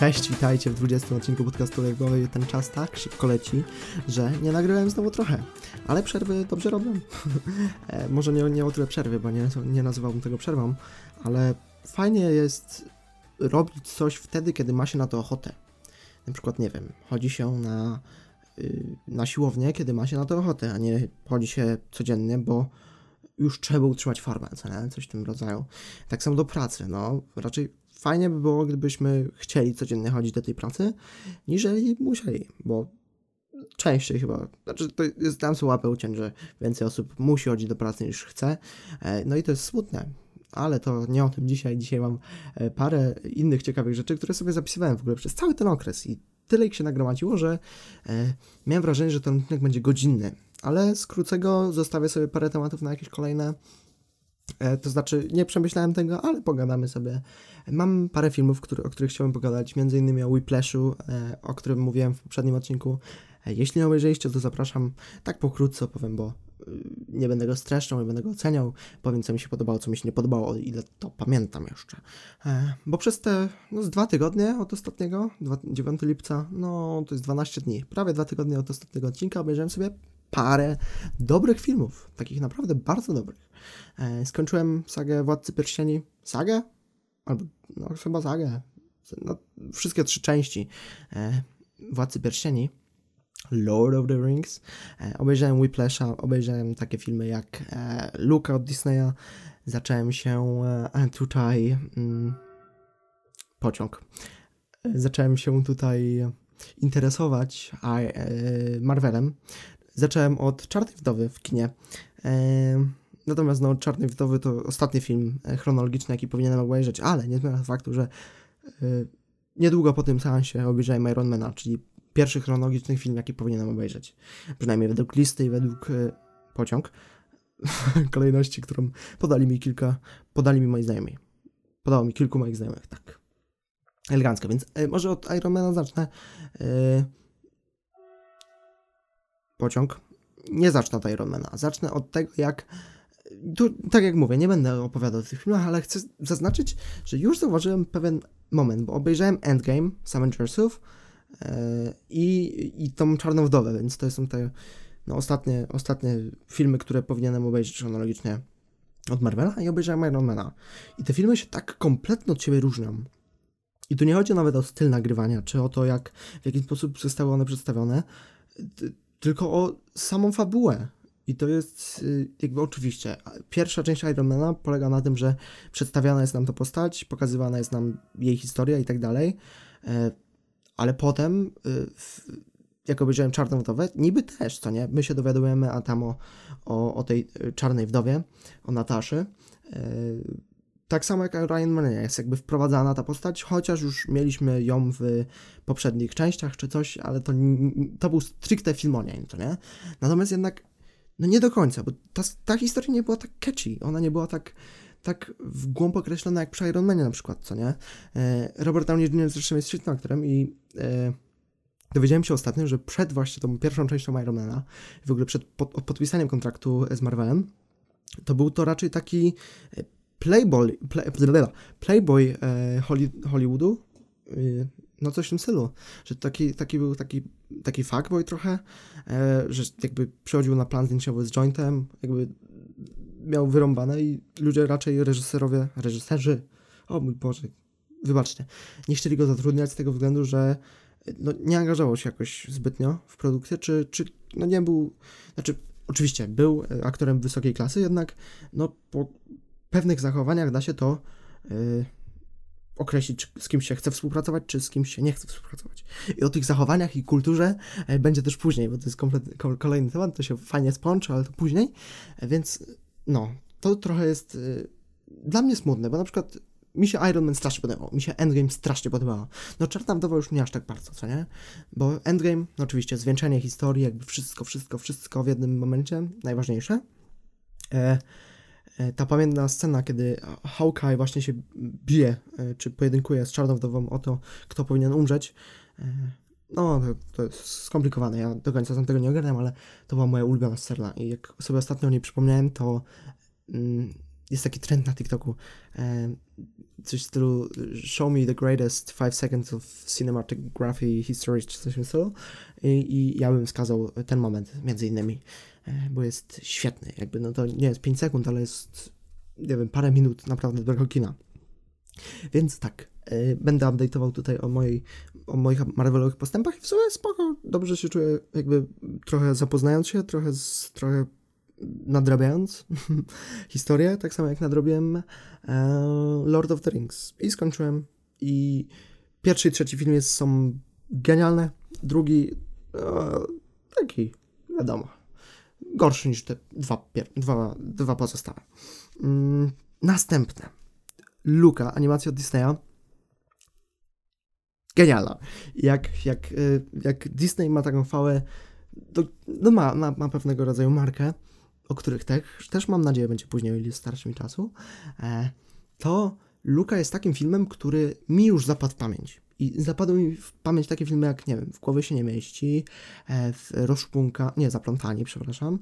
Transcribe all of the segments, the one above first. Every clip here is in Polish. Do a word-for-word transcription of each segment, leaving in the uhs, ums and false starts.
Cześć, witajcie w dwudziestym odcinku podcastu Jak Głowy. Ten czas tak szybko leci, że nie nagrywałem znowu trochę, ale przerwy dobrze robią. e, może nie, nie o tyle przerwy, bo nie, nie nazywałbym tego przerwą, ale fajnie jest robić coś wtedy, kiedy ma się na to ochotę. Na przykład, nie wiem, chodzi się na, yy, na siłownię, kiedy ma się na to ochotę, a nie chodzi się codziennie, bo już trzeba utrzymać formę, co nie? Coś w tym rodzaju. Tak samo do pracy, no raczej fajnie by było, gdybyśmy chcieli codziennie chodzić do tej pracy, niżeli musieli, bo częściej chyba, znaczy to jest, dam sobie łapę uciąć, że więcej osób musi chodzić do pracy niż chce, no i to jest smutne, ale to nie o tym dzisiaj. Dzisiaj mam parę innych ciekawych rzeczy, które sobie zapisywałem w ogóle przez cały ten okres i tyle ich się nagromadziło, że e, miałem wrażenie, że ten odcinek będzie godzinny, ale skrócę go, zostawię sobie parę tematów na jakieś kolejne. E, to znaczy, nie przemyślałem tego, ale pogadamy sobie. Mam parę filmów, który, o których chciałbym pogadać, między innymi o Whiplashu, e, o którym mówiłem w poprzednim odcinku. E, jeśli nie obejrzeliście, to zapraszam. Tak pokrótce opowiem, bo y, nie będę go streszczał, nie będę go oceniał. Powiem, co mi się podobało, co mi się nie podobało, o ile to pamiętam jeszcze. E, bo przez te no, z dwa tygodnie od ostatniego, dziewiątego lipca, no to jest dwanaście dni, prawie dwa tygodnie od ostatniego odcinka, obejrzałem sobie parę dobrych filmów, takich naprawdę bardzo dobrych. E, skończyłem sagę Władcy Pierścieni. Sagę? Albo, no chyba sagę. No, wszystkie trzy części e, Władcy Pierścieni. Lord of the Rings. E, obejrzałem Whiplasha, obejrzałem takie filmy jak e, Luka od Disneya. Zacząłem się e, tutaj... Mm, pociąg. E, zacząłem się tutaj interesować a, e, Marvelem. Zacząłem od Czarnej Wdowy w kinie. E, natomiast no, Czarnej Wdowy to ostatni film chronologiczny, jaki powinienem obejrzeć, ale nie zmienia faktu, że e, niedługo po tym seansie obejrzałem Ironmana, czyli pierwszy chronologiczny film, jaki powinienem obejrzeć. Przynajmniej według listy i według e, pociąg. Kolejności, którą podali mi kilka, podali mi moi znajomi. Podało mi kilku moich znajomych, tak. Elegancko, więc e, może od Ironmana zacznę. E, pociąg. Nie zacznę od Ironmana. Zacznę od tego, jak... Tu, tak jak mówię, nie będę opowiadał o tych filmach, ale chcę zaznaczyć, że już zauważyłem pewien moment, bo obejrzałem Endgame z Avengersów yy, i, i tą Czarną Wdowę, więc to są te no, ostatnie, ostatnie filmy, które powinienem obejrzeć chronologicznie od Marvela, i obejrzałem Ironmana. I te filmy się tak kompletnie od siebie różnią. I tu nie chodzi nawet o styl nagrywania, czy o to, jak, w jaki sposób zostały one przedstawione, tylko o samą fabułę. I to jest jakby oczywiście, pierwsza część Ironmana polega na tym, że przedstawiana jest nam ta postać, pokazywana jest nam jej historia i tak dalej, ale potem, jak obejrzałem Czarną Wdowę, niby też, co nie? My się dowiadujemy a tam o, o, o tej Czarnej Wdowie, o Nataszy. Tak samo jak Iron Man jest jakby wprowadzana ta postać, chociaż już mieliśmy ją w poprzednich częściach czy coś, ale to, to był stricte filmonie, to nie? Natomiast jednak, no nie do końca, bo ta, ta historia nie była tak catchy, ona nie była tak, tak w głąb określona jak przy Iron Manie na przykład, co nie? E, Robert Downey junior zresztą jest świetnym aktorem i e, dowiedziałem się ostatnio, że przed właśnie tą pierwszą częścią Ironmana, w ogóle przed pod, podpisaniem kontraktu z Marvelem, to był to raczej taki Playboy, play, playboy e, Holly, Hollywoodu, e, no coś w tym stylu, że taki, taki był taki, taki fuckboy trochę, e, że jakby przychodził na plan zdjęciowy z jointem, jakby miał wyrąbane i ludzie raczej reżyserowie, reżyserzy, o mój Boże, wybaczcie, nie chcieli go zatrudniać z tego względu, że no, nie angażował się jakoś zbytnio w produkcję, czy, czy no nie był, znaczy oczywiście był aktorem wysokiej klasy, jednak no po pewnych zachowaniach da się to yy, określić, z kim się chce współpracować, czy z kim się nie chce współpracować. I o tych zachowaniach i kulturze yy, będzie też później, bo to jest kompletny, kolejny temat, to się fajnie spłączy, ale to później, yy, więc no, to trochę jest yy, dla mnie smutne, bo na przykład mi się Iron Man strasznie podobał, mi się Endgame strasznie podobało. No Czarna Wdowa już nie aż tak bardzo, co nie? Bo Endgame, no oczywiście zwieńczenie historii, jakby wszystko, wszystko, wszystko w jednym momencie, najważniejsze. Yy, Ta pamiętna scena, kiedy Hawkeye właśnie się bije, czy pojedynkuje z Czarną Wdową o to, kto powinien umrzeć, no to, to jest skomplikowane, ja do końca sam tego nie ogarniam, ale to była moja ulubiona scena i jak sobie ostatnio o niej przypomniałem, to mm, jest taki trend na TikToku, e, coś w stylu show me the greatest five seconds of cinematography history, czy coś w tym stylu. I, I ja bym wskazał ten moment, między innymi, e, bo jest świetny. Jakby, no to nie jest pięć sekund, ale jest, nie wiem, parę minut naprawdę dobrego kina. Więc tak, e, będę update'ował tutaj o, mojej, o moich Marvelowych postępach i w sumie spoko, dobrze się czuję, jakby trochę zapoznając się, trochę, z, trochę nadrabiając historię, tak samo jak nadrobiłem e, Lord of the Rings. I skończyłem. I pierwszy i trzeci film jest, są genialne, drugi e, taki, wiadomo, gorszy niż te dwa, dwa, dwa pozostałe. Mm, następne. Luka, animacja od Disneya. Genialna. Jak, jak, jak Disney ma taką chwałę, to, no ma, ma, ma pewnego rodzaju markę, o których też, też mam nadzieję będzie później, o ile starczy mi czasu, to Luka jest takim filmem, który mi już zapadł w pamięć. I zapadły mi w pamięć takie filmy jak, nie wiem, W głowie się nie mieści, w Rozszpunka, nie, Zaplątani, przepraszam,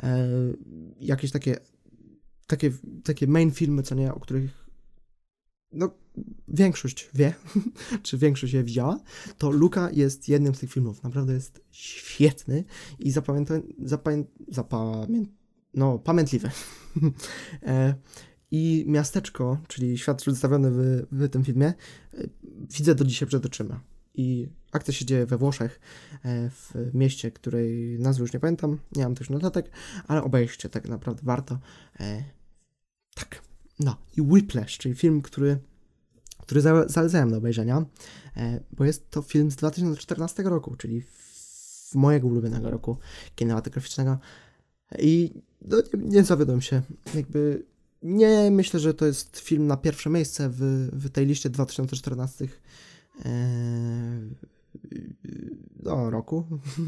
jakieś takie, takie, takie main filmy, co nie, o których no, większość wie, czy większość je widziała, to Luka jest jednym z tych filmów. Naprawdę jest świetny i zapamięta, zapamię, zapamię, no, pamiętliwy. e, I miasteczko, czyli świat przedstawiony w, w tym filmie, e, widzę do dzisiaj przed oczyma. I akcja się dzieje we Włoszech, e, w mieście, której nazwy już nie pamiętam, nie mam też notatek, ale obejrzcie, tak naprawdę warto. E, tak. No i Whiplash, czyli film, który, który za, zalecałem do obejrzenia, e, bo jest to film z dwa tysiące czternastego roku, czyli w mojego ulubionego roku kinematograficznego i no, nie, nie zawiodłem się, jakby nie myślę, że to jest film na pierwsze miejsce w, w tej liście dwa tysiące czternastego e, no, roku,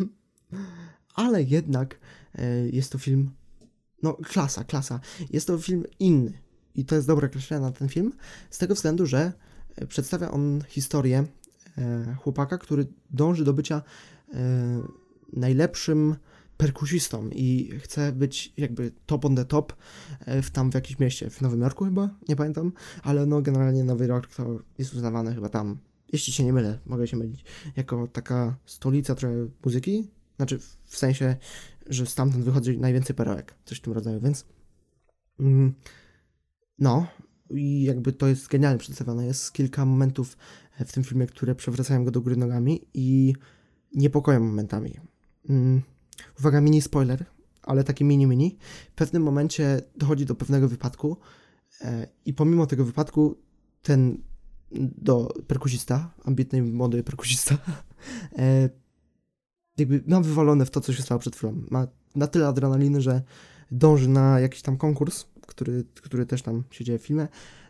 ale jednak e, jest to film, no klasa, klasa, jest to film inny. I to jest dobre określenie na ten film, z tego względu, że przedstawia on historię e, chłopaka, który dąży do bycia e, najlepszym perkusistą i chce być jakby top on the top e, w tam w jakimś mieście, w Nowym Jorku chyba, nie pamiętam, ale no generalnie Nowy Jork to jest uznawany chyba tam, jeśli się nie mylę, mogę się mylić, jako taka stolica trochę muzyki, znaczy w sensie, że stamtąd wychodzi najwięcej perełek, coś w tym rodzaju, więc mm, no, i jakby to jest genialnie przedstawione. Jest kilka momentów w tym filmie, które przewracają go do góry nogami i niepokoją momentami. Mm, uwaga, mini spoiler, ale taki mini mini. W pewnym momencie dochodzi do pewnego wypadku e, i pomimo tego wypadku ten do perkusista, ambitny młody perkusista, e, jakby ma wywalone w to, co się stało przed chwilą. Ma na tyle adrenaliny, że dąży na jakiś tam konkurs, który, który też tam się dzieje w filmie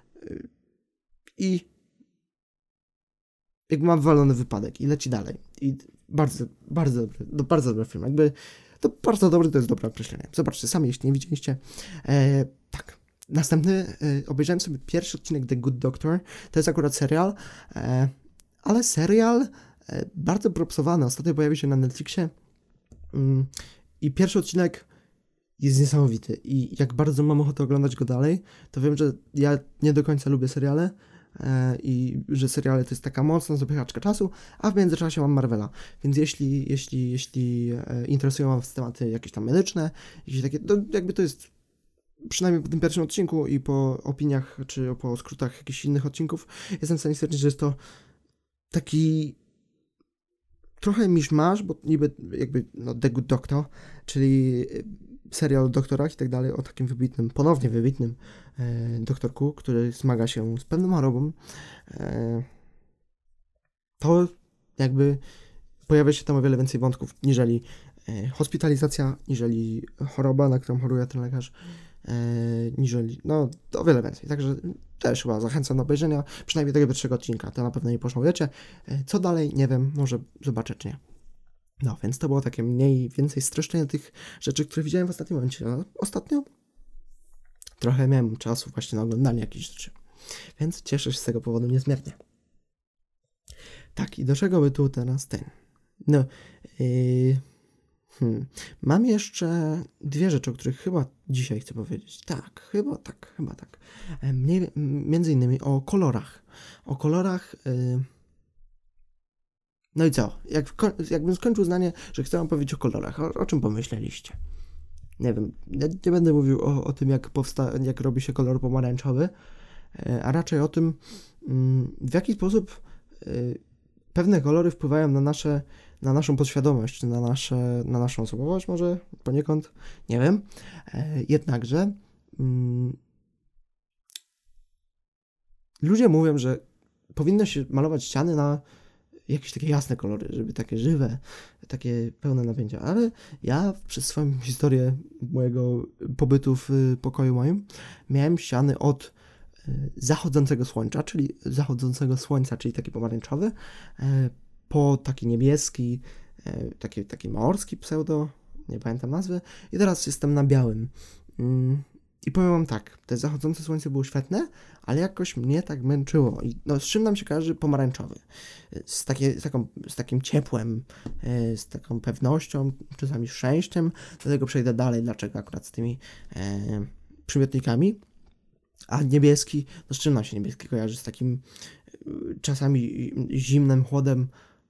i jakby ma wywalony wypadek i leci dalej. I bardzo, bardzo dobry, no bardzo dobry film. Jakby to bardzo dobry, to jest dobre określenie. Zobaczcie sami, jeśli nie widzieliście. E, tak. Następny, e, obejrzałem sobie pierwszy odcinek The Good Doctor. To jest akurat serial, e, ale serial e, bardzo propsowany. Ostatnio pojawił się na Netflixie mm, i pierwszy odcinek jest niesamowity i jak bardzo mam ochotę oglądać go dalej, to wiem, że ja nie do końca lubię seriale e, i że seriale to jest taka mocna zapychaczka czasu, a w międzyczasie mam Marvela, więc jeśli, jeśli, jeśli e, interesują Was tematy jakieś tam medyczne, jakieś takie, to jakby to jest przynajmniej po tym pierwszym odcinku i po opiniach, czy po skrótach jakichś innych odcinków, jestem w stanie stwierdzić, że jest to taki trochę miszmasz, bo niby jakby no, The Good Doctor, czyli serial o doktorach i tak dalej, o takim wybitnym, ponownie wybitnym e, doktorku, który zmaga się z pewną chorobą, e, to jakby pojawia się tam o wiele więcej wątków, niżeli e, hospitalizacja, niżeli choroba, na którą choruje ten lekarz, e, niżeli, no, o wiele więcej. Także też chyba zachęcam do obejrzenia, przynajmniej tego pierwszego odcinka, to na pewno nie pożałujecie. E, co dalej, nie wiem, może zobaczę, czy nie. No, więc to było takie mniej więcej streszczenie tych rzeczy, które widziałem w ostatnim momencie. A ostatnio trochę miałem czasu właśnie na oglądanie jakichś rzeczy, więc cieszę się z tego powodu niezmiernie. Tak, i do czego by tu teraz ten? No, yy, Hmm. Mam jeszcze dwie rzeczy, o których chyba dzisiaj chcę powiedzieć. Tak, chyba tak, chyba tak. E, Mniej, między innymi o kolorach. O kolorach... y, No i co? Jak, ko- jakbym skończył zdanie, że chcę wam powiedzieć o kolorach, o, o czym pomyśleliście? Nie wiem, ja nie będę mówił o, o tym, jak powsta- jak robi się kolor pomarańczowy, e, a raczej o tym, mm, w jaki sposób y, pewne kolory wpływają na nasze, na naszą podświadomość, na, nasze, na naszą osobowość może poniekąd, nie wiem. E, jednakże mm, ludzie mówią, że powinno się malować ściany na jakieś takie jasne kolory, żeby takie żywe, takie pełne napięcia, ale ja przez swoją historię mojego pobytu w y, pokoju moim miałem ściany od y, zachodzącego słońca, czyli zachodzącego słońca, czyli taki pomarańczowy, y, po taki niebieski, y, taki, taki morski pseudo, nie pamiętam nazwy, i teraz jestem na białym. Mm, I powiem wam tak, te zachodzące słońce było świetne, ale jakoś mnie tak męczyło. I no, z czym nam się kojarzy pomarańczowy? Z, takie, z, taką, z takim ciepłem, e, z taką pewnością, czasami szczęściem. Do tego przejdę dalej, dlaczego akurat z tymi e, przymiotnikami. A niebieski, no z czym nam się niebieski kojarzy? Z takim e, czasami zimnym chłodem,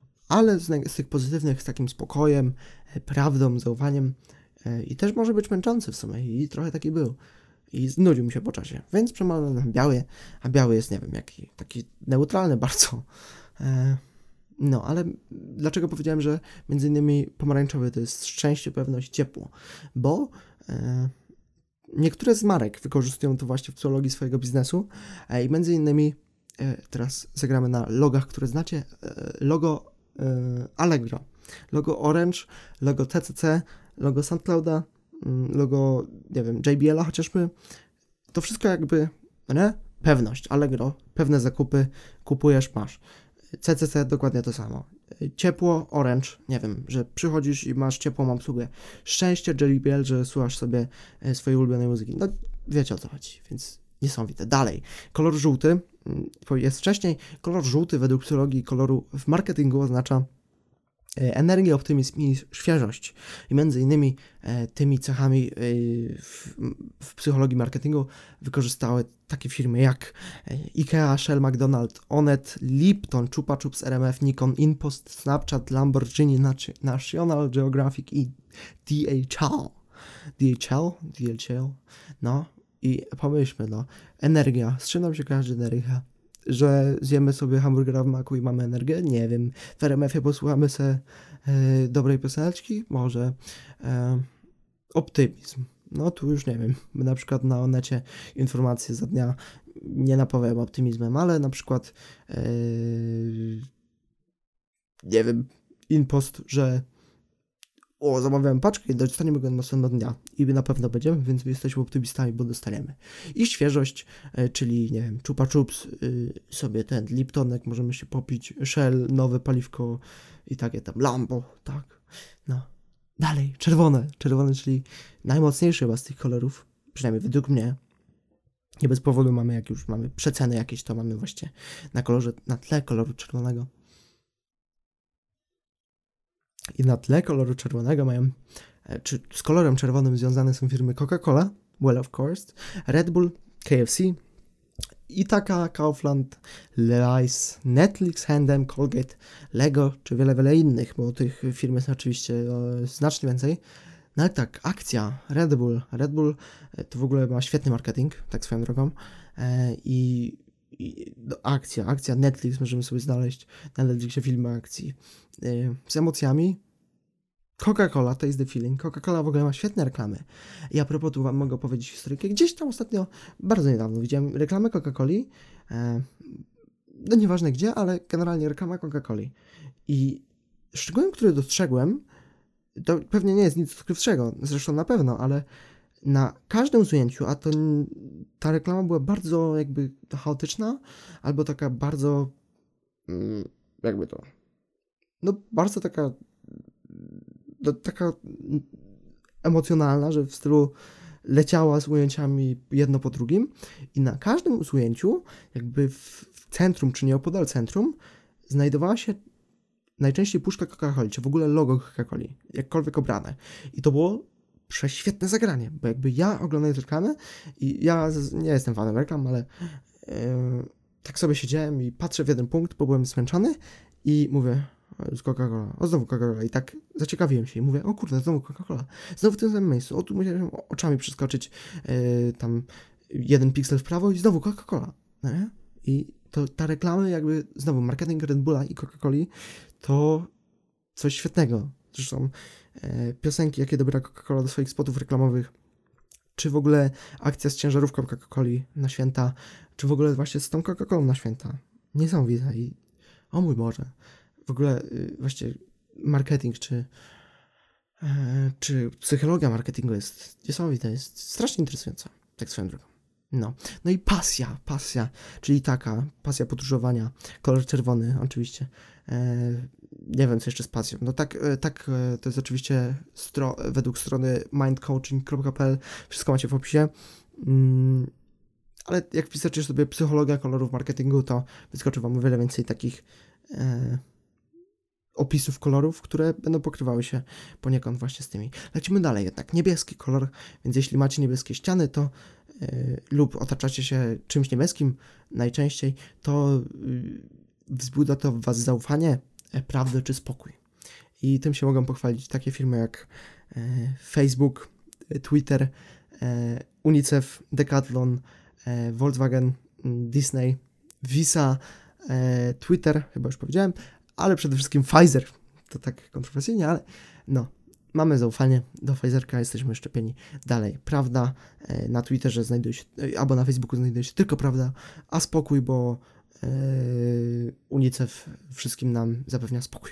ale z, z tych pozytywnych, z takim spokojem, e, prawdą, zaufaniem. E, I też może być męczący w sumie. I trochę taki był. I znudził mi się po czasie, więc przemalowałem na biały, a biały jest, nie wiem, jaki, taki neutralny bardzo. E, no, ale dlaczego powiedziałem, że między innymi pomarańczowy to jest szczęście, pewność, ciepło? Bo e, niektóre z marek wykorzystują to właśnie w psychologii swojego biznesu e, i między innymi e, teraz zagramy na logach, które znacie, e, logo e, Allegro, logo Orange, logo T C C, logo SoundClouda, logo, nie wiem, J B L a chociażby, to wszystko jakby, nie? Pewność, Allegro, pewne zakupy, kupujesz, masz. C C C dokładnie to samo. Ciepło, Orange, nie wiem, że przychodzisz i masz ciepłą obsługę. Szczęście, J B L, że słuchasz sobie swojej ulubionej muzyki. No, wiecie o co chodzi, więc niesamowite. Dalej, kolor żółty, jest wcześniej, kolor żółty według psychologii koloru w marketingu oznacza energię, optymizm i świeżość. I między innymi e, tymi cechami e, w, w psychologii marketingu wykorzystały takie firmy jak e, IKEA, Shell, McDonald's, Onet, Lipton, Chupa Chups, R M F, Nikon, InPost, Snapchat, Lamborghini, National Geographic i D H L. D H L? D H L? No i pomyślmy, no, energia. Z czym nam się kojarzy energia? Że zjemy sobie hamburgera w maku i mamy energię? Nie wiem. W R M F ie posłuchamy se e, dobrej pioseneczki? Może. E, optymizm. No tu już nie wiem. Na przykład na Onecie informacje za dnia nie napawałem optymizmem, ale na przykład e, nie wiem, InPost, że o, zamawiałem paczkę i dostaniemy go następnego dnia. I na pewno będziemy, więc jesteśmy optymistami, bo dostaniemy. I świeżość, e, czyli, nie wiem, Chupa Chups, y, sobie ten Liptonek, możemy się popić, Shell, nowe paliwko i takie tam, Lambo, tak. No. Dalej, czerwone. Czerwone, czyli najmocniejszy chyba z tych kolorów, przynajmniej według mnie. Nie bez powodu mamy, jak już mamy przeceny jakieś, to mamy właśnie na kolorze, na tle koloru czerwonego. I na tle koloru czerwonego mają, czy z kolorem czerwonym związane są firmy Coca-Cola, well of course, Red Bull, K F C, Ithaca, Kaufland, Levi's, Netflix, H and M, Colgate, Lego, czy wiele, wiele innych, bo tych firm jest oczywiście o, znacznie więcej. No ale tak, akcja Red Bull, Red Bull to w ogóle ma świetny marketing, tak swoją drogą, e, i I, no, akcja, akcja Netflix, możemy sobie znaleźć na Netflixie filmy akcji yy, z emocjami. Coca-Cola, Taste the Feeling. Coca-Cola w ogóle ma świetne reklamy. I a propos, tu wam mogę opowiedzieć historyjkę. Gdzieś tam ostatnio, bardzo niedawno widziałem reklamę Coca-Coli. Yy, no nieważne gdzie, ale generalnie reklama Coca-Coli. I szczegółem, który dostrzegłem, to pewnie nie jest nic odkrywczego, zresztą na pewno, ale na każdym zdjęciu, a to ta reklama była bardzo jakby chaotyczna, albo taka bardzo, jakby to, no bardzo taka, no, taka emocjonalna, że w stylu leciała z ujęciami jedno po drugim i na każdym ujęciu, jakby w centrum, czy nieopodal centrum, znajdowała się najczęściej puszka Coca-Coli, czy w ogóle logo Coca-Coli, jakkolwiek obrane. I to było prześwietne zagranie, bo jakby ja oglądając reklamę i ja nie jestem fanem reklam, ale yy, tak sobie siedziałem i patrzę w jeden punkt, bo byłem zmęczony i mówię, z Coca-Cola, o znowu Coca-Cola i tak zaciekawiłem się i mówię, o kurde, znowu Coca-Cola, znowu w tym samym miejscu, o tu musiałem oczami przeskoczyć yy, tam jeden piksel w prawo i znowu Coca-Cola, no nie? I to ta reklama jakby, znowu marketing Red Bulla i Coca-Coli to coś świetnego. Zresztą e, piosenki, jakie dobiera Coca-Cola do swoich spotów reklamowych, czy w ogóle akcja z ciężarówką Coca-Coli na święta, czy w ogóle właśnie z tą Coca-Colą na święta. Niesamowite i o mój Boże. W ogóle y, właśnie marketing, czy e, czy psychologia marketingu jest niesamowita, jest strasznie interesująca, tak swoją drogą. No, no i pasja, pasja, czyli taka, pasja podróżowania, kolor czerwony oczywiście, e, nie wiem co jeszcze z pasją, no tak, e, tak e, to jest oczywiście stro, według strony mind coaching kropka p l, wszystko macie w opisie, mm, ale jak wpiszecie sobie psychologia kolorów marketingu, to wyskoczy wam o wiele więcej takich e, opisów kolorów, które będą pokrywały się poniekąd właśnie z tymi. Lecimy dalej jednak, niebieski kolor, więc jeśli macie niebieskie ściany, to Yy, lub otaczacie się czymś niebieskim najczęściej, to yy, wzbudza to w was zaufanie, e, prawdę czy spokój. I tym się mogą pochwalić takie firmy jak e, Facebook, e, Twitter, e, UNICEF, Decathlon, e, Volkswagen, Disney, Visa, e, Twitter, chyba już powiedziałem, ale przede wszystkim Pfizer. To tak kontrowersyjnie, ale no. Mamy zaufanie do Pfizerka, jesteśmy szczepieni dalej. Prawda, na Twitterze znajduje się, albo na Facebooku znajduje się tylko prawda, a spokój, bo yy, UNICEF wszystkim nam zapewnia spokój.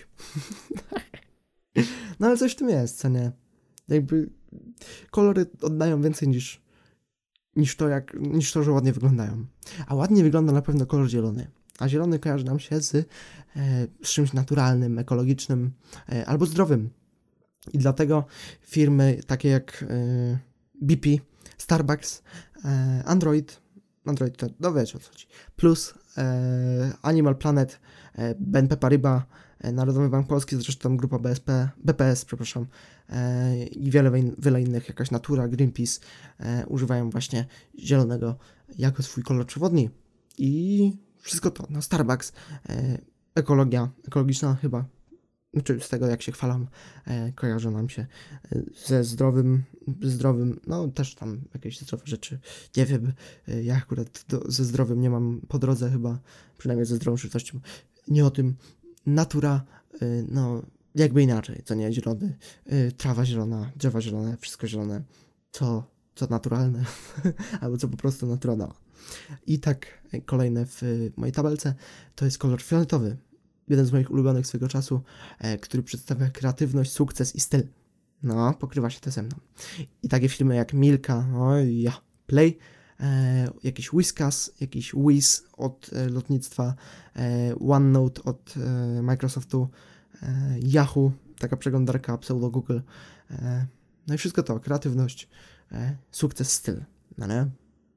No ale coś w tym jest, co nie? Jakby kolory oddają więcej niż, niż, to, jak, niż to, że ładnie wyglądają. A ładnie wygląda na pewno kolor zielony. A zielony kojarzy nam się z, e, z czymś naturalnym, ekologicznym e, albo zdrowym. I dlatego firmy takie jak y, B P, Starbucks, y, Android, Android to, no wiecie o co chodzi, plus y, Animal Planet, y, B N P Paribas, y, Narodowy Bank Polski, zresztą grupa B S P, B P S, przepraszam, y, i wiele, wiele innych, jakaś Natura, Greenpeace, y, używają właśnie zielonego jako swój kolor przewodni. I wszystko to, no Starbucks, y, ekologia, ekologiczna chyba, czy z tego jak się chwalam, e, kojarzą nam się e, ze zdrowym, zdrowym, no też tam jakieś zdrowe rzeczy, nie wiem, e, ja akurat do, ze zdrowym nie mam po drodze chyba, przynajmniej ze zdrową żywnością, nie o tym, natura, e, no jakby inaczej, co nie, zielony, e, trawa zielona, drzewa zielone, wszystko zielone, co, co naturalne, albo co po prostu natura dała. I tak e, kolejne w mojej tabelce to jest kolor fioletowy. Jeden z moich ulubionych swego czasu, e, który przedstawia kreatywność, sukces i styl. No, pokrywa się to ze mną. I takie filmy jak Milka, no i ja, Play, e, jakiś Whiskas, jakiś Wiz od e, lotnictwa, e, OneNote od e, Microsoftu, e, Yahoo, taka przeglądarka pseudo Google. E, no i wszystko to, kreatywność, e, sukces, styl. No nie?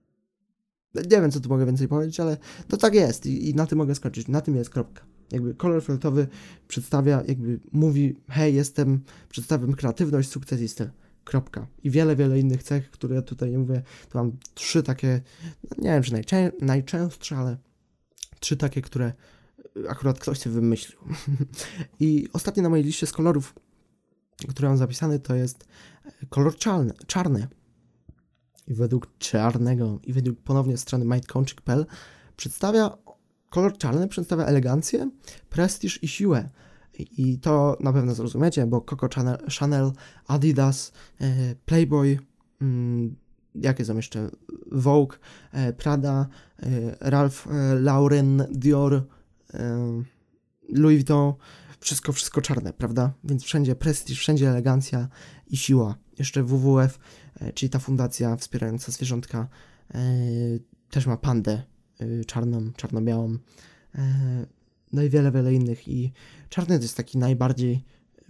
Nie wiem, co tu mogę więcej powiedzieć, ale to tak jest i, i na tym mogę skończyć. Na tym jest kropka. Jakby kolor fioletowy przedstawia, jakby mówi, hej, jestem, przedstawiam kreatywność, sukces i styl. Kropka. I wiele, wiele innych cech, które ja tutaj nie mówię, to mam trzy takie, no nie wiem, czy najczę najczęstsze, ale trzy takie, które akurat ktoś sobie wymyślił. I ostatnie na mojej liście z kolorów, które mam zapisane, to jest kolor czarny. czarny. I według czarnego, i według ponownie strony mind coaching kropka p l przedstawia kolor czarny przedstawia elegancję, prestiż i siłę. I to na pewno zrozumiecie, bo Coco Chanel, Adidas, e, Playboy, mm, jakie są jeszcze? Vogue, e, Prada, e, Ralph e, Lauren, Dior, e, Louis Vuitton, wszystko, wszystko czarne, prawda? Więc wszędzie prestiż, wszędzie elegancja i siła. Jeszcze W W F, e, czyli ta fundacja wspierająca zwierzątka, e, też ma pandę czarną, czarno-białą, no i wiele, wiele innych. I czarny to jest taki najbardziej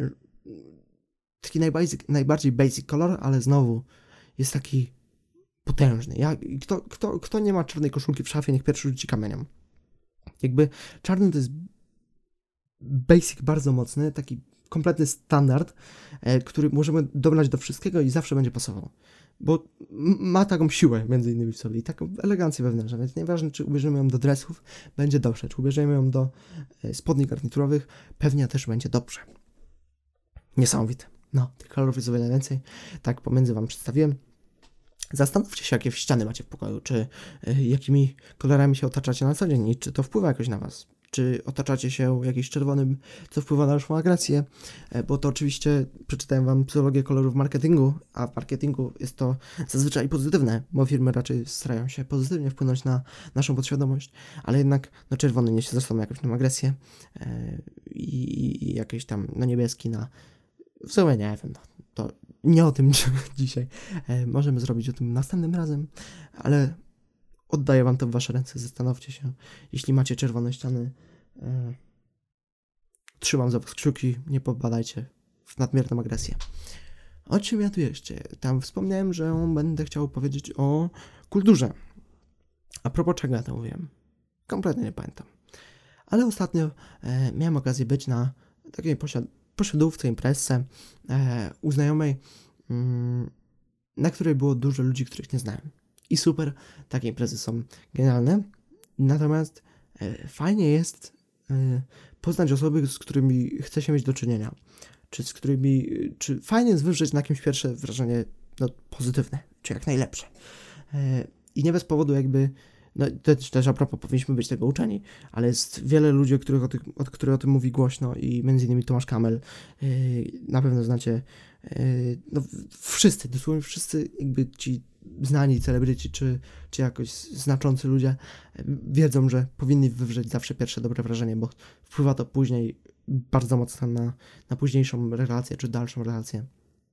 taki najbasic, najbardziej basic kolor, ale znowu jest taki potężny. Ja, kto, kto, kto nie ma czarnej koszulki w szafie, niech pierwszy rzuci kamieniem. Jakby czarny to jest basic bardzo mocny, taki kompletny standard, e, który możemy dobrać do wszystkiego i zawsze będzie pasował. Bo ma taką siłę między innymi w sobie i taką elegancję wewnętrzną, więc nieważne, czy ubierzemy ją do dresów, będzie dobrze, czy ubierzemy ją do e, spodni garniturowych, pewnie też będzie dobrze. Niesamowite. No, tych kolorów jest o wiele więcej. Tak pomiędzy wam przedstawiłem. Zastanówcie się, jakie ściany macie w pokoju, czy y, jakimi kolorami się otaczacie na co dzień i czy to wpływa jakoś na was. Czy otaczacie się jakimś czerwonym, co wpływa na waszą agresję, e, bo to oczywiście przeczytałem wam psychologię kolorów w marketingu, a w marketingu jest to zazwyczaj pozytywne, bo firmy raczej starają się pozytywnie wpłynąć na naszą podświadomość, ale jednak no, czerwony niesie ze sobą jakąś tam agresję e, i, i jakieś tam no, niebieski na w sumie nie wiem, no, to nie o tym dzisiaj. E, możemy zrobić o tym następnym razem, ale oddaję wam to w wasze ręce. Zastanówcie się, jeśli macie czerwone ściany, e, trzymam za was kciuki, nie popadajcie w nadmierną agresję. O czym ja tu jeszcze? Tam wspomniałem, że będę chciał powiedzieć o kulturze. A propos czego ja to mówiłem? Kompletnie nie pamiętam. Ale ostatnio e, miałem okazję być na takiej posiad posiadówce, imprezce e, u znajomej, mm, na której było dużo ludzi, których nie znałem. I super, takie imprezy są genialne. Natomiast e, fajnie jest e, poznać osoby, z którymi chce się mieć do czynienia. Czy z którymi, czy fajnie jest wywrzeć na kimś pierwsze wrażenie no, pozytywne, czy jak najlepsze. E, I nie bez powodu jakby, no też, też a propos, powinniśmy być tego uczeni, ale jest wiele ludzi, o których o, tych, o, których o tym mówi głośno i między innymi Tomasz Kamel, yy, na pewno znacie, yy, no wszyscy, dosłownie wszyscy jakby ci znani celebryci, czy, czy jakoś znaczący ludzie yy, wiedzą, że powinni wywrzeć zawsze pierwsze dobre wrażenie, bo wpływa to później bardzo mocno na, na późniejszą relację, czy dalszą relację.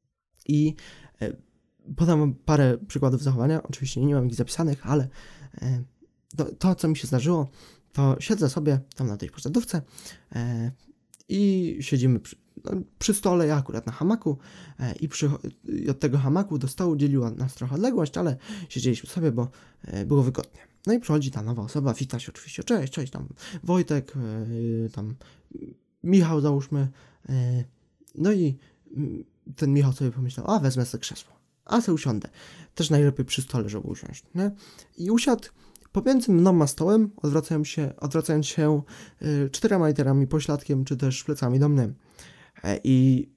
I yy, podam wam parę przykładów zachowania, oczywiście nie mam ich zapisanych, ale e, to, to, co mi się zdarzyło, to siedzę sobie tam na tej posadówce e, i siedzimy przy, no, przy stole, ja akurat na hamaku e, i przy, od tego hamaku do stołu dzieliła nas trochę odległość, ale siedzieliśmy sobie, bo e, było wygodnie. No i przychodzi ta nowa osoba, wita się oczywiście, cześć, cześć, tam Wojtek, e, tam Michał załóżmy, e, no i ten Michał sobie pomyślał, a wezmę sobie krzesło. A se usiądę. Też najlepiej przy stole, żeby usiąść, nie? I usiadł pomiędzy mną a stołem, odwracając się, odwracając się y, czterema literami pośladkiem, czy też plecami do mnie. E, I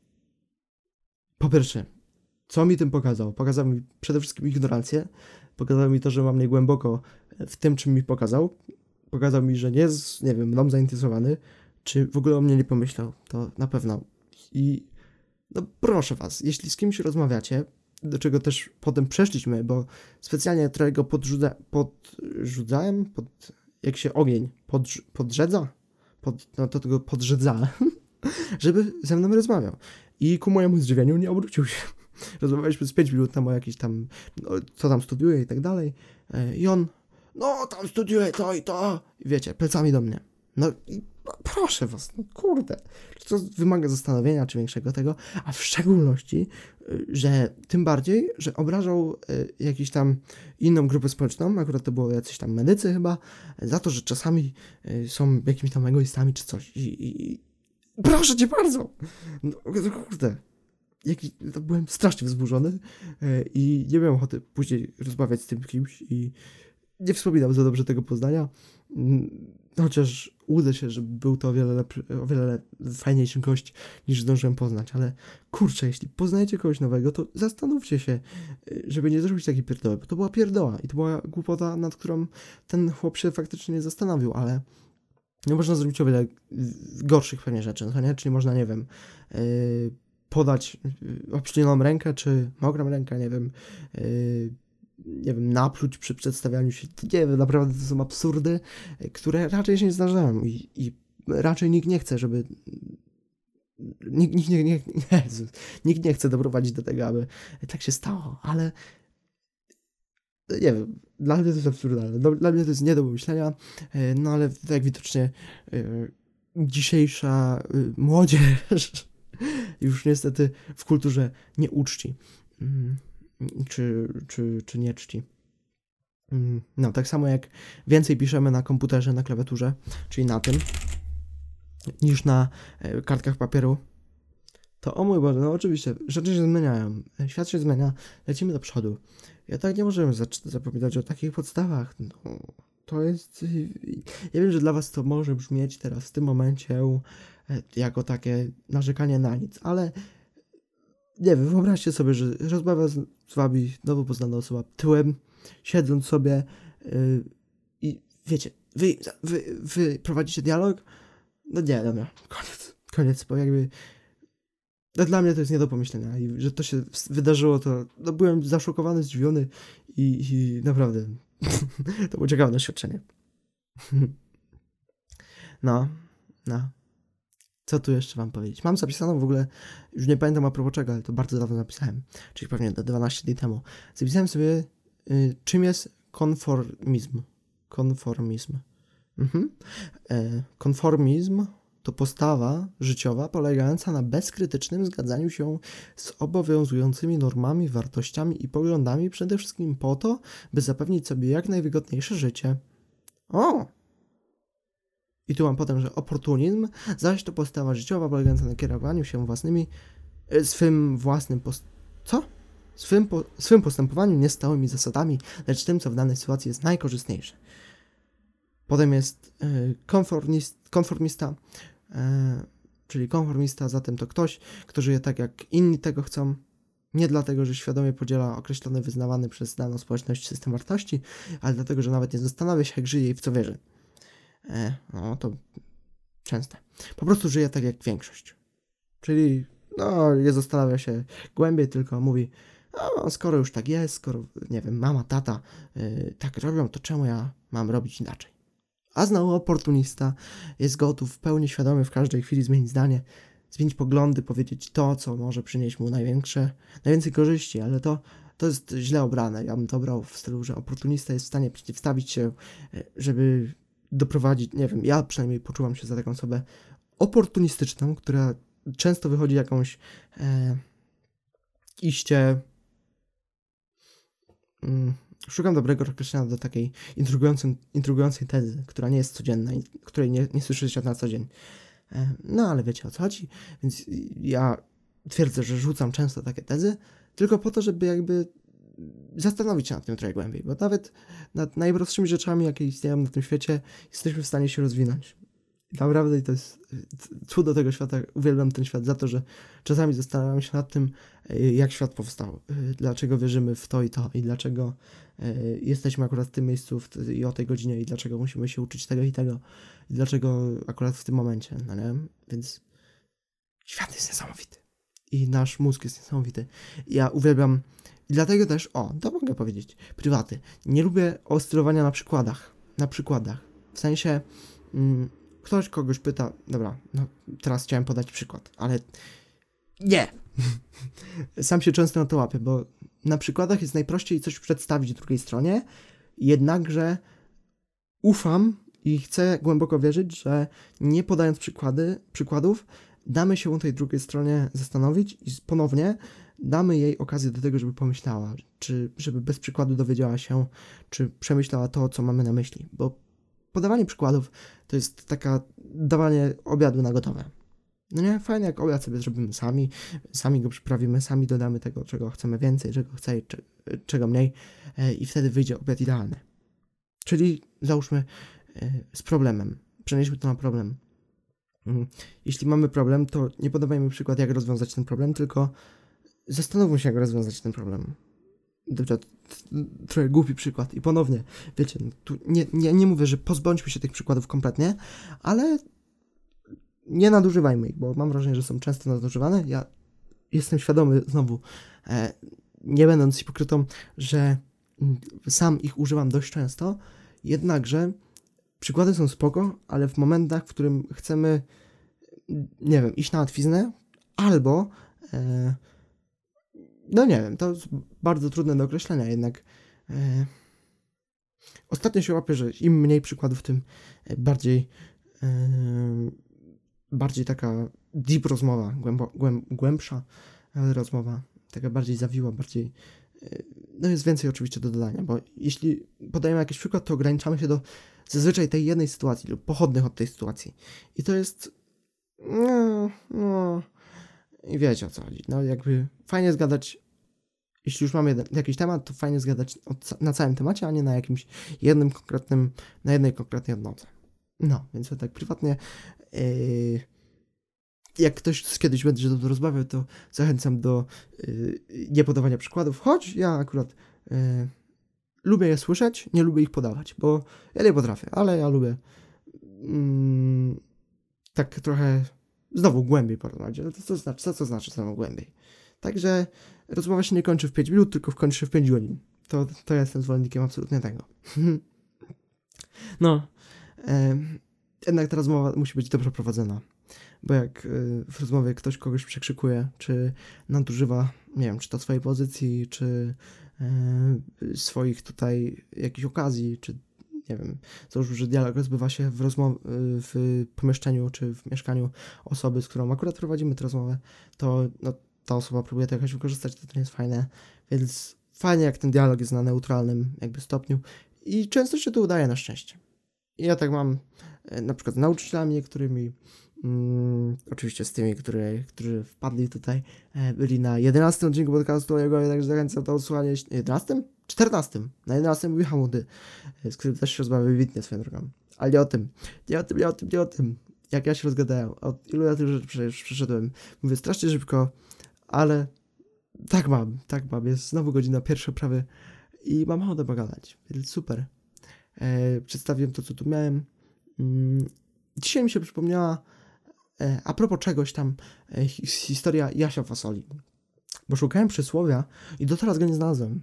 po pierwsze, co mi tym pokazał? Pokazał mi przede wszystkim ignorancję. Pokazał mi to, że mam niegłęboko w tym, czym mi pokazał. Pokazał mi, że nie jest, nie wiem, mną zainteresowany, czy w ogóle o mnie nie pomyślał. To na pewno. I no proszę was, jeśli z kimś rozmawiacie, do czego też potem przeszliśmy, bo specjalnie trochę go podrzuca, podrzucałem, pod, jak się ogień podrz, podrzedza, pod, no to tego podrzedza, żeby ze mną rozmawiał. I ku mojemu zdziwieniu nie obrócił się. Rozmawialiśmy z pięć minut tam o jakieś tam, no, co tam studiuje i tak dalej. I on, no tam studiuje to i to. I wiecie, plecami do mnie. No i proszę was, no kurde, to wymaga zastanowienia czy większego tego, a w szczególności, że tym bardziej, że obrażał y, jakiś tam inną grupę społeczną, akurat to było jacyś tam medycy chyba, za to, że czasami y, są jakimiś tam egoistami czy coś i, i, i proszę cię bardzo, no kurde, jaki, to byłem strasznie wzburzony y, i nie miałem ochoty później rozmawiać z tym kimś i nie wspominam za dobrze tego poznania, chociaż uda się, że był to o wiele, lepszy, o wiele fajniejszy gość niż zdążyłem poznać, ale kurczę, jeśli poznajecie kogoś nowego, to zastanówcie się, żeby nie zrobić takiej pierdoły, bo to była pierdoła i to była głupota, nad którą ten chłop się faktycznie nie zastanowił, ale nie można zrobić o wiele gorszych pewnie rzeczy, no nie? Czyli można, nie wiem, yy, podać obślinioną rękę, czy mokrą rękę, nie wiem, yy, nie wiem, napluć przy przedstawianiu się, nie wiem, naprawdę to są absurdy, które raczej się nie zdarzają i, i raczej nikt nie chce, żeby nikt, nikt, nie, nie, nie, nikt nie chce doprowadzić do tego, aby tak się stało, ale nie wiem, dla mnie to jest absurdalne, dla mnie to jest nie do pomyślenia, no ale jak widocznie dzisiejsza młodzież już niestety w kulturze nie uczci. Czy, czy, czy nie czci. No, tak samo jak więcej piszemy na komputerze, na klawiaturze, czyli na tym, niż na e, kartkach papieru, to o mój Boże, no oczywiście, rzeczy się zmieniają, świat się zmienia, lecimy do przodu. Ja tak nie możemy zapominać o takich podstawach. No, to jest... Ja wiem, że dla was to może brzmieć teraz w tym momencie e, jako takie narzekanie na nic, ale nie wiem, wyobraźcie sobie, że rozmawia z, z wami nowo poznana osoba tyłem, siedząc sobie yy, i wiecie, wy, wy, wy prowadzicie dialog? No nie, dobra, koniec, koniec, bo jakby no dla mnie to jest nie do pomyślenia i że to się wydarzyło, to no byłem zaszokowany, zdziwiony i, i naprawdę to było ciekawe doświadczenie. No, no. Co tu jeszcze wam powiedzieć? Mam zapisaną w ogóle, już nie pamiętam a propos czego, ale to bardzo dawno napisałem, czyli pewnie do dwanaście dni temu. Zapisałem sobie, y, czym jest konformizm. Konformizm. Mhm. E, konformizm to postawa życiowa polegająca na bezkrytycznym zgadzaniu się z obowiązującymi normami, wartościami i poglądami, przede wszystkim po to, by zapewnić sobie jak najwygodniejsze życie. O! I tu mam potem, że oportunizm, zaś to postawa życiowa polegająca na kierowaniu się własnymi, e, swym własnym post... Co? Swym, po, swym postępowaniu nie stałymi zasadami, lecz tym, co w danej sytuacji jest najkorzystniejsze. Potem jest e, konformist, konformista, e, czyli konformista zatem to ktoś, kto żyje tak, jak inni tego chcą, nie dlatego, że świadomie podziela określony, wyznawany przez daną społeczność system wartości, ale dlatego, że nawet nie zastanawia się, jak żyje i w co wierzy. E, no to częste. Po prostu żyje tak jak większość. Czyli no nie zastanawia się głębiej, tylko mówi, no skoro już tak jest, skoro, nie wiem, mama, tata yy, tak robią, to czemu ja mam robić inaczej? A znowu oportunista jest gotów w pełni świadomie w każdej chwili zmienić zdanie, zmienić poglądy, powiedzieć to, co może przynieść mu największe, najwięcej korzyści, ale to, to jest źle obrane. Ja bym to brał w stylu, że oportunista jest w stanie przeciwstawić się, żeby doprowadzić, nie wiem, ja przynajmniej poczułam się za taką osobę oportunistyczną, która często wychodzi jakąś e, iście mm, szukam dobrego określenia do takiej intrygującej, intrygującej tezy, która nie jest codzienna i której nie, nie słyszy się na co dzień. E, no ale wiecie o co chodzi, więc ja twierdzę, że rzucam często takie tezy, tylko po to, żeby jakby zastanowić się nad tym trochę głębiej, bo nawet nad najprostszymi rzeczami, jakie istnieją na tym świecie, jesteśmy w stanie się rozwinąć. I naprawdę to jest cudo tego świata. Uwielbiam ten świat za to, że czasami zastanawiam się nad tym, jak świat powstał, dlaczego wierzymy w to i to i dlaczego jesteśmy akurat w tym miejscu i o tej godzinie i dlaczego musimy się uczyć tego i tego i dlaczego akurat w tym momencie, no nie? Więc świat jest niesamowity i nasz mózg jest niesamowity. Ja uwielbiam i dlatego też, o, to mogę powiedzieć, prywaty. Nie lubię oscylowania na przykładach. Na przykładach. W sensie, mm, ktoś kogoś pyta, dobra, no teraz chciałem podać przykład, ale nie. Sam się często na to łapię, bo na przykładach jest najprościej coś przedstawić drugiej stronie, jednakże ufam i chcę głęboko wierzyć, że nie podając przykłady, przykładów, damy się tej drugiej stronie zastanowić i ponownie damy jej okazję do tego, żeby pomyślała, czy żeby bez przykładu dowiedziała się, czy przemyślała to, co mamy na myśli, bo podawanie przykładów to jest taka dawanie obiadu na gotowe. No nie, fajnie jak obiad sobie zrobimy sami, sami go przyprawimy, sami dodamy tego, czego chcemy więcej, czego chcemy, czego mniej i wtedy wyjdzie obiad idealny. Czyli załóżmy z problemem, przenieśmy to na problem. Jeśli mamy problem, to nie podawajmy przykład, jak rozwiązać ten problem, tylko zastanówmy się, jak rozwiązać ten problem. Dobrze, trochę głupi przykład. I ponownie, wiecie, tu nie, nie, nie mówię, że pozbądźmy się tych przykładów kompletnie, ale nie nadużywajmy ich, bo mam wrażenie, że są często nadużywane. Ja jestem świadomy, znowu, e, nie będąc hipokrytą, że sam ich używam dość często, jednakże przykłady są spoko, ale w momentach, w którym chcemy, nie wiem, iść na łatwiznę, albo e, no nie wiem, to jest bardzo trudne do określenia, jednak e, ostatnio się łapię, że im mniej przykładów, tym bardziej e, bardziej taka deep rozmowa, głębo, głęb, głębsza rozmowa, taka bardziej zawiła, bardziej e, no jest więcej oczywiście do dodania, bo jeśli podajemy jakiś przykład, to ograniczamy się do zazwyczaj tej jednej sytuacji lub pochodnych od tej sytuacji i to jest No, no. I wiecie o co chodzi. No jakby fajnie zgadać, jeśli już mamy jeden, jakiś temat, to fajnie zgadać od, na całym temacie, a nie na jakimś jednym konkretnym, na jednej konkretnej odnodze. No, więc ja tak prywatnie, yy, jak ktoś kiedyś będzie do rozmawiał, to zachęcam do yy, niepodawania przykładów, choć ja akurat yy, lubię je słyszeć, nie lubię ich podawać, bo ja nie potrafię, ale ja lubię yy, tak trochę znowu głębiej porozmawiać. Ale to co znaczy, co to znaczy znowu głębiej? Także rozmowa się nie kończy w pięć minut, tylko kończy się w pięć godzin. To, to ja jestem zwolennikiem absolutnie tego. No, e, jednak ta rozmowa musi być dobrze prowadzona. Bo jak e, w rozmowie ktoś kogoś przekrzykuje, czy nadużywa, nie wiem, czy to swojej pozycji, czy e, swoich tutaj jakichś okazji, czy nie wiem, załóżmy, że dialog rozbywa się w, rozmow- w pomieszczeniu, czy w mieszkaniu osoby, z którą akurat prowadzimy tę rozmowę, to no, ta osoba próbuje to jakoś wykorzystać, to, to nie jest fajne, więc fajnie jak ten dialog jest na neutralnym jakby stopniu i często się to udaje na szczęście. I ja tak mam e, na przykład z nauczycielami niektórymi, mm, oczywiście z tymi, które, którzy wpadli tutaj, e, byli na jedenastym odcinku podcastu o jego, także zachęcam do odsłuchania. jedenastym? czternastym. Na jedenastym mówi Hamudy, z którym też się rozmawiam wybitnie swoją drogą. Ale nie o tym, nie o tym, nie o tym, nie o tym. Jak ja się rozgadałem, od ilu ja tych rzeczy przecież przeszedłem. Mówię strasznie szybko, ale tak mam, tak mam. Jest znowu godzina pierwsza prawie i mam ochotę pogadać, więc super. E, przedstawiłem to, co tu miałem. Mm, dzisiaj mi się przypomniała, e, a propos czegoś tam, e, historia Jasia Fasoli. Bo szukałem przysłowia i do teraz go nie znalazłem.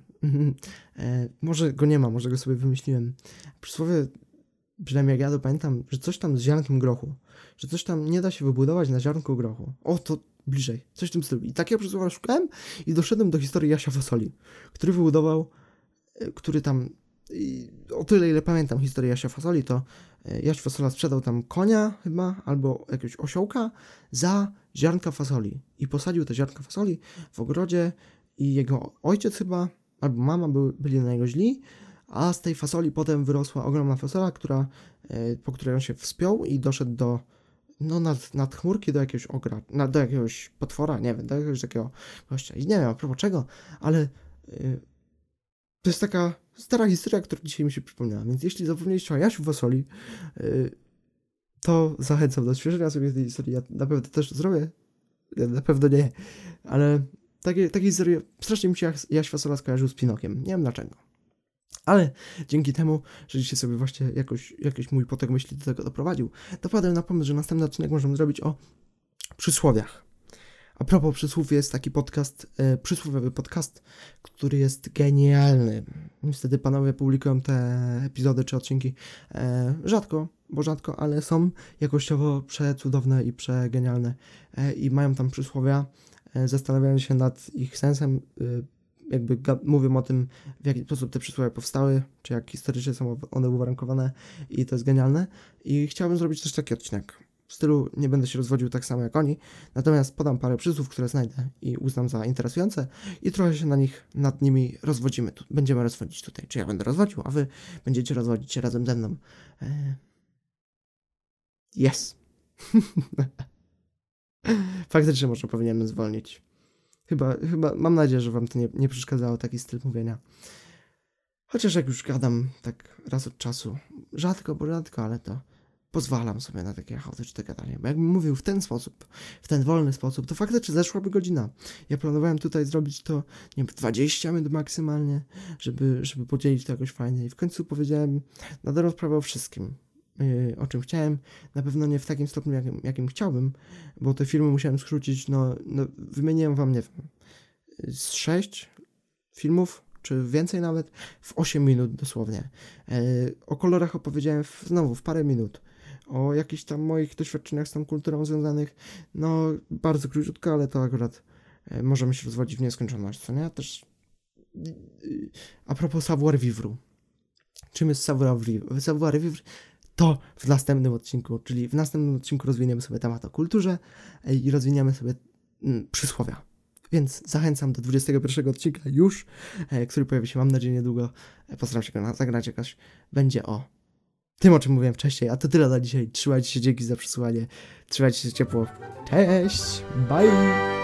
e, może go nie ma, może go sobie wymyśliłem. Przysłowie, przynajmniej jak ja to pamiętam, że coś tam z ziarnkiem grochu. Że coś tam nie da się wybudować na ziarnku grochu. O, to bliżej. Coś w tym stylu. I takiego przysłowia szukałem i doszedłem do historii Jasia Fasoli, który wybudował, e, który tam, i o tyle ile pamiętam historię Jasia Fasoli, to e, Jaś Fasola sprzedał tam konia chyba, albo jakiegoś osiołka za ziarnka fasoli i posadził te ziarnka fasoli w ogrodzie i jego ojciec chyba, albo mama by, byli na niego źli, a z tej fasoli potem wyrosła ogromna fasola, która, e, po której on się wspiął i doszedł do, no nad, nad chmurki do jakiegoś ogra, na, do jakiegoś potwora, nie wiem, do jakiegoś takiego gościa i nie wiem a propos czego, ale e, to jest taka stara historia, która dzisiaj mi się przypomniała, więc jeśli zapomnieliście o Jasiu Fasoli, e, to zachęcam do odświeżenia sobie tej historii. Ja na pewno też to zrobię. Ja na pewno nie. Ale takie, takie historie strasznie mi się Jaś Fasola skojarzył z Pinokiem. Nie wiem dlaczego. Ale dzięki temu, że dzisiaj sobie właśnie jakoś, jakiś mój potok myśli do tego doprowadził, dopadłem na pomysł, że następny odcinek możemy zrobić o przysłowiach. A propos przysłów, jest taki podcast, e, przysłowiowy podcast, który jest genialny. Niestety panowie publikują te epizody czy odcinki e, rzadko, bo rzadko, ale są jakościowo przecudowne i przegenialne. E, I mają tam przysłowia, e, zastanawiają się nad ich sensem, e, jakby ga- mówią o tym, w jaki sposób te przysłowia powstały, czy jak historycznie są one uwarunkowane i to jest genialne. I chciałbym zrobić też taki odcinek. W stylu nie będę się rozwodził tak samo jak oni, natomiast podam parę przysłów, które znajdę i uznam za interesujące i trochę się na nich, nad nimi rozwodzimy. Tu, będziemy rozwodzić tutaj. Czy ja będę rozwodził, a wy będziecie rozwodzić się razem ze mną. Eee... Yes. Faktycznie może powinienem zwolnić. Chyba, chyba, mam nadzieję, że wam to nie, nie przeszkadzało, taki styl mówienia. Chociaż jak już gadam tak raz od czasu, rzadko, bo rzadko, ale to pozwalam sobie na takie chaotyczne gadanie, bo jakbym mówił w ten sposób, w ten wolny sposób, to faktycznie zeszłaby godzina. Ja planowałem tutaj zrobić to, nie wiem, dwadzieścia minut maksymalnie, żeby, żeby podzielić to jakoś fajnie i w końcu powiedziałem na dobrą sprawę o wszystkim, yy, o czym chciałem, na pewno nie w takim stopniu, jakim, jakim chciałbym, bo te filmy musiałem skrócić, no, no wymieniłem wam, nie wiem, z sześć filmów, czy więcej nawet, w osiem minut dosłownie. Yy, o kolorach opowiedziałem w, znowu w parę minut. O jakichś tam moich doświadczeniach z tą kulturą związanych, no bardzo króciutko, ale to akurat e, możemy się rozwodzić w nieskończoność, co nie? Też e, a propos savoir-vivre. Czym jest savoir-vivre? Savoir-vivre to w następnym odcinku, czyli w następnym odcinku rozwiniemy sobie temat o kulturze e, i rozwiniemy sobie m, przysłowia. Więc zachęcam do dwudziestego pierwszego odcinka już, e, który pojawi się, mam nadzieję, niedługo. E, postaram się go zagrać jakoś. Będzie o tym, o czym mówiłem wcześniej. A to tyle na dzisiaj. Trzymajcie się, dzięki za przesłuchanie. Trzymajcie się ciepło. Cześć! Bye!